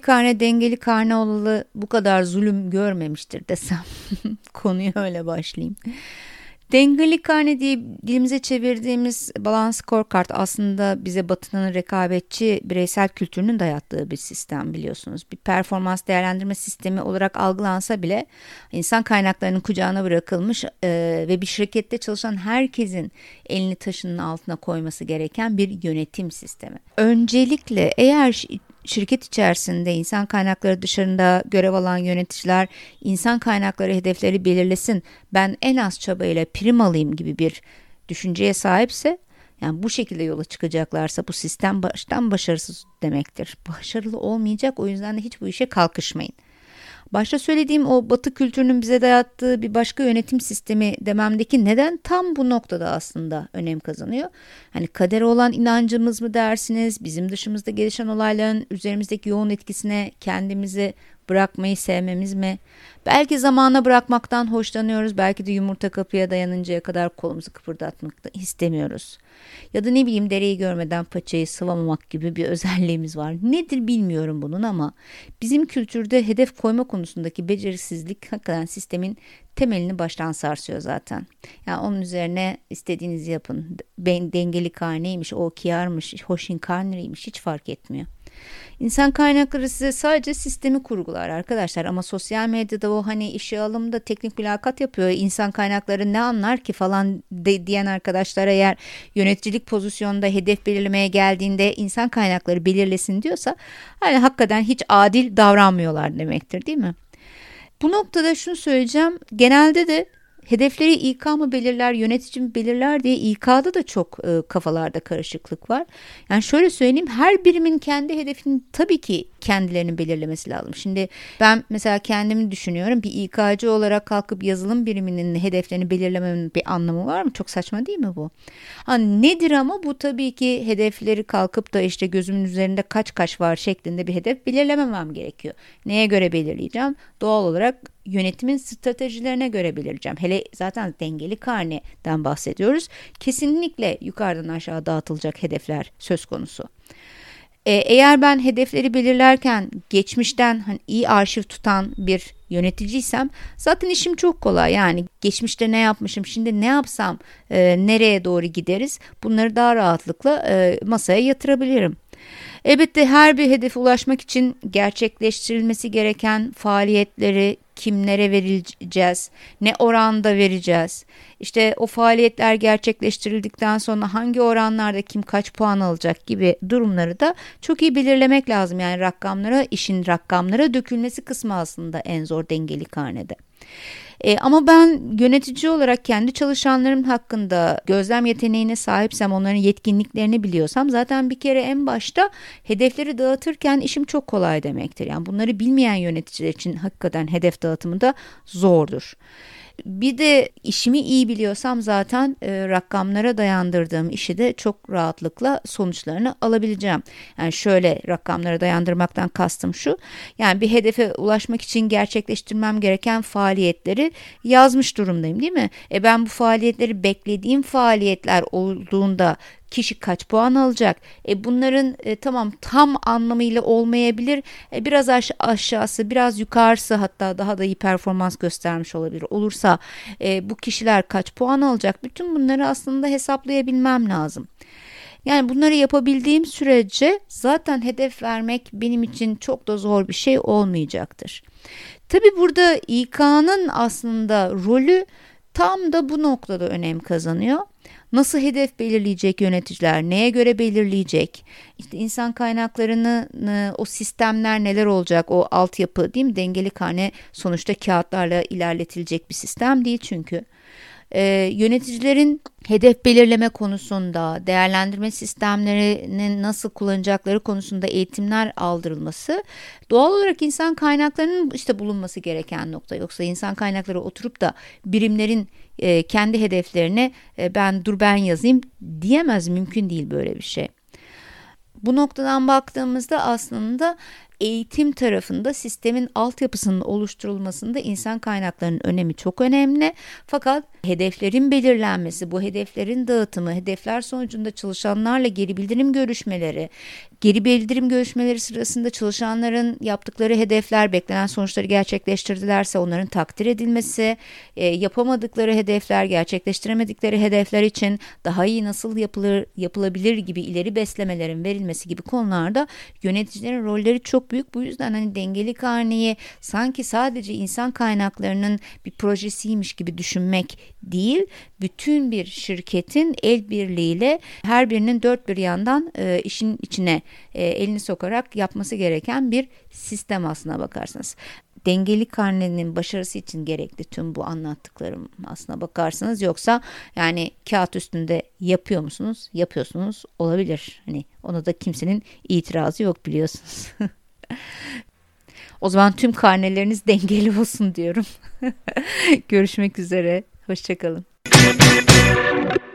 karne dengeli karne olalı bu kadar zulüm görmemiştir desem. Konuya öyle başlayayım. Dengeli karne diye dilimize çevirdiğimiz balance scorecard aslında bize Batı'nın rekabetçi bireysel kültürünün dayattığı bir sistem, biliyorsunuz. Bir performans değerlendirme sistemi olarak algılansa bile insan kaynaklarının kucağına bırakılmış ve bir şirkette çalışan herkesin elini taşının altına koyması gereken bir yönetim sistemi. Öncelikle eğer şirket içerisinde insan kaynakları dışarında görev alan yöneticiler insan kaynakları hedefleri belirlesin, ben en az çabayla prim alayım gibi bir düşünceye sahipse, yani bu şekilde yola çıkacaklarsa bu sistem baştan başarısız demektir. Başarılı olmayacak, o yüzden de hiç bu işe kalkışmayın. Başta söylediğim o Batı kültürünün bize dayattığı bir başka yönetim sistemi dememdeki neden tam bu noktada aslında önem kazanıyor. Hani kadere olan inancımız mı dersiniz, bizim dışımızda gelişen olayların üzerimizdeki yoğun etkisine kendimizi bırakmayı sevmemiz mi? Belki zamana bırakmaktan hoşlanıyoruz, belki de yumurta kapıya dayanıncaya kadar kolumuzu kıpırdatmak istemiyoruz. Ya da ne bileyim, dereyi görmeden paçayı sıvamamak gibi bir özelliğimiz var. Nedir bilmiyorum bunun, ama bizim kültürde hedef koyma konusundaki becerisizlik hakikaten sistemin temelini baştan sarsıyor zaten. Yani onun üzerine istediğinizi yapın. Dengeli karneymiş, OKR'mış, Hoshinkanri'ymiş, hiç fark etmiyor. İnsan kaynakları size sadece sistemi kurgular arkadaşlar, ama sosyal medyada o hani işe alımda teknik mülakat yapıyor, insan kaynakları ne anlar ki falan diyen arkadaşlar eğer yöneticilik pozisyonunda hedef belirlemeye geldiğinde insan kaynakları belirlesin diyorsa, hani hakikaten hiç adil davranmıyorlar demektir, değil mi? Bu noktada şunu söyleyeceğim, genelde de hedefleri İK mı belirler, yönetici mi belirler diye İK'da da çok kafalarda karışıklık var. Yani şöyle söyleyeyim, her birimin kendi hedefini tabii ki kendilerinin belirlemesi lazım. Şimdi ben mesela kendimi düşünüyorum, bir İK'cı olarak kalkıp yazılım biriminin hedeflerini belirlememin bir anlamı var mı? Çok saçma değil mi bu? Nedir ama bu tabii ki hedefleri kalkıp da işte gözümün üzerinde kaç var şeklinde bir hedef belirlememem gerekiyor. Neye göre belirleyeceğim? Doğal olarak yönetimin stratejilerine göre belirleyeceğim. Hele zaten dengeli karneden bahsediyoruz. Kesinlikle yukarıdan aşağı dağıtılacak hedefler söz konusu. Eğer ben hedefleri belirlerken geçmişten hani iyi arşiv tutan bir yöneticiysem zaten işim çok kolay. Yani geçmişte ne yapmışım, şimdi ne yapsam, nereye doğru gideriz, bunları daha rahatlıkla masaya yatırabilirim. Elbette her bir hedefe ulaşmak için gerçekleştirilmesi gereken faaliyetleri kimlere vereceğiz, ne oranda vereceğiz, İşte o faaliyetler gerçekleştirildikten sonra hangi oranlarda kim kaç puan alacak gibi durumları da çok iyi belirlemek lazım. Yani işin rakamlara dökülmesi kısmı aslında en zor dengeli karnede. Ama ben yönetici olarak kendi çalışanlarım hakkında gözlem yeteneğine sahipsem, onların yetkinliklerini biliyorsam zaten bir kere en başta hedefleri dağıtırken işim çok kolay demektir. Yani bunları bilmeyen yöneticiler için hakikaten hedef dağıtımı da zordur. Bir de işimi iyi biliyorsam zaten rakamlara dayandırdığım işi de çok rahatlıkla sonuçlarını alabileceğim. Yani şöyle, rakamlara dayandırmaktan kastım şu: yani bir hedefe ulaşmak için gerçekleştirmem gereken faaliyetleri yazmış durumdayım, değil mi? Ben bu faaliyetleri beklediğim faaliyetler olduğunda kişi kaç puan alacak? Bunların tamam tam anlamıyla olmayabilir. Biraz aşağısı, biraz yukarısı, hatta daha da iyi performans göstermiş olursa bu kişiler kaç puan alacak? Bütün bunları aslında hesaplayabilmem lazım. Yani bunları yapabildiğim sürece zaten hedef vermek benim için çok da zor bir şey olmayacaktır. Tabii burada İK'nın aslında rolü tam da bu noktada önem kazanıyor. Nasıl hedef belirleyecek yöneticiler, neye göre belirleyecek? İşte insan kaynaklarını, o sistemler neler olacak, o altyapı, değil mi? Dengeli karne sonuçta kağıtlarla ilerletilecek bir sistem değil çünkü. Yöneticilerin hedef belirleme konusunda, değerlendirme sistemlerini nasıl kullanacakları konusunda eğitimler aldırılması doğal olarak insan kaynaklarının işte bulunması gereken nokta. Yoksa insan kaynakları oturup da birimlerin kendi hedeflerine ben yazayım diyemez, mümkün değil böyle bir şey. Bu noktadan baktığımızda aslında eğitim tarafında sistemin altyapısının oluşturulmasında insan kaynaklarının önemi çok önemli. Fakat hedeflerin belirlenmesi, bu hedeflerin dağıtımı, hedefler sonucunda çalışanlarla geri bildirim görüşmeleri sırasında çalışanların yaptıkları hedefler, beklenen sonuçları gerçekleştirdilerse onların takdir edilmesi, yapamadıkları hedefler, gerçekleştiremedikleri hedefler için daha iyi nasıl yapılabilir gibi ileri beslemelerin verilmesi gibi konularda yöneticilerin rolleri çok büyük. Bu yüzden hani dengeli karneyi sanki sadece insan kaynaklarının bir projesiymiş gibi düşünmek değil, bütün bir şirketin el birliğiyle her birinin dört bir yandan işin içine elini sokarak yapması gereken bir sistem aslına bakarsanız. Dengeli karnenin başarısı için gerekli tüm bu anlattıklarım aslına bakarsanız, yoksa yani kağıt üstünde yapıyor musunuz? Yapıyorsunuz, olabilir. Hani ona da kimsenin itirazı yok biliyorsunuz. O zaman tüm karneleriniz dengeli olsun diyorum. Görüşmek üzere. Hoşça kalın.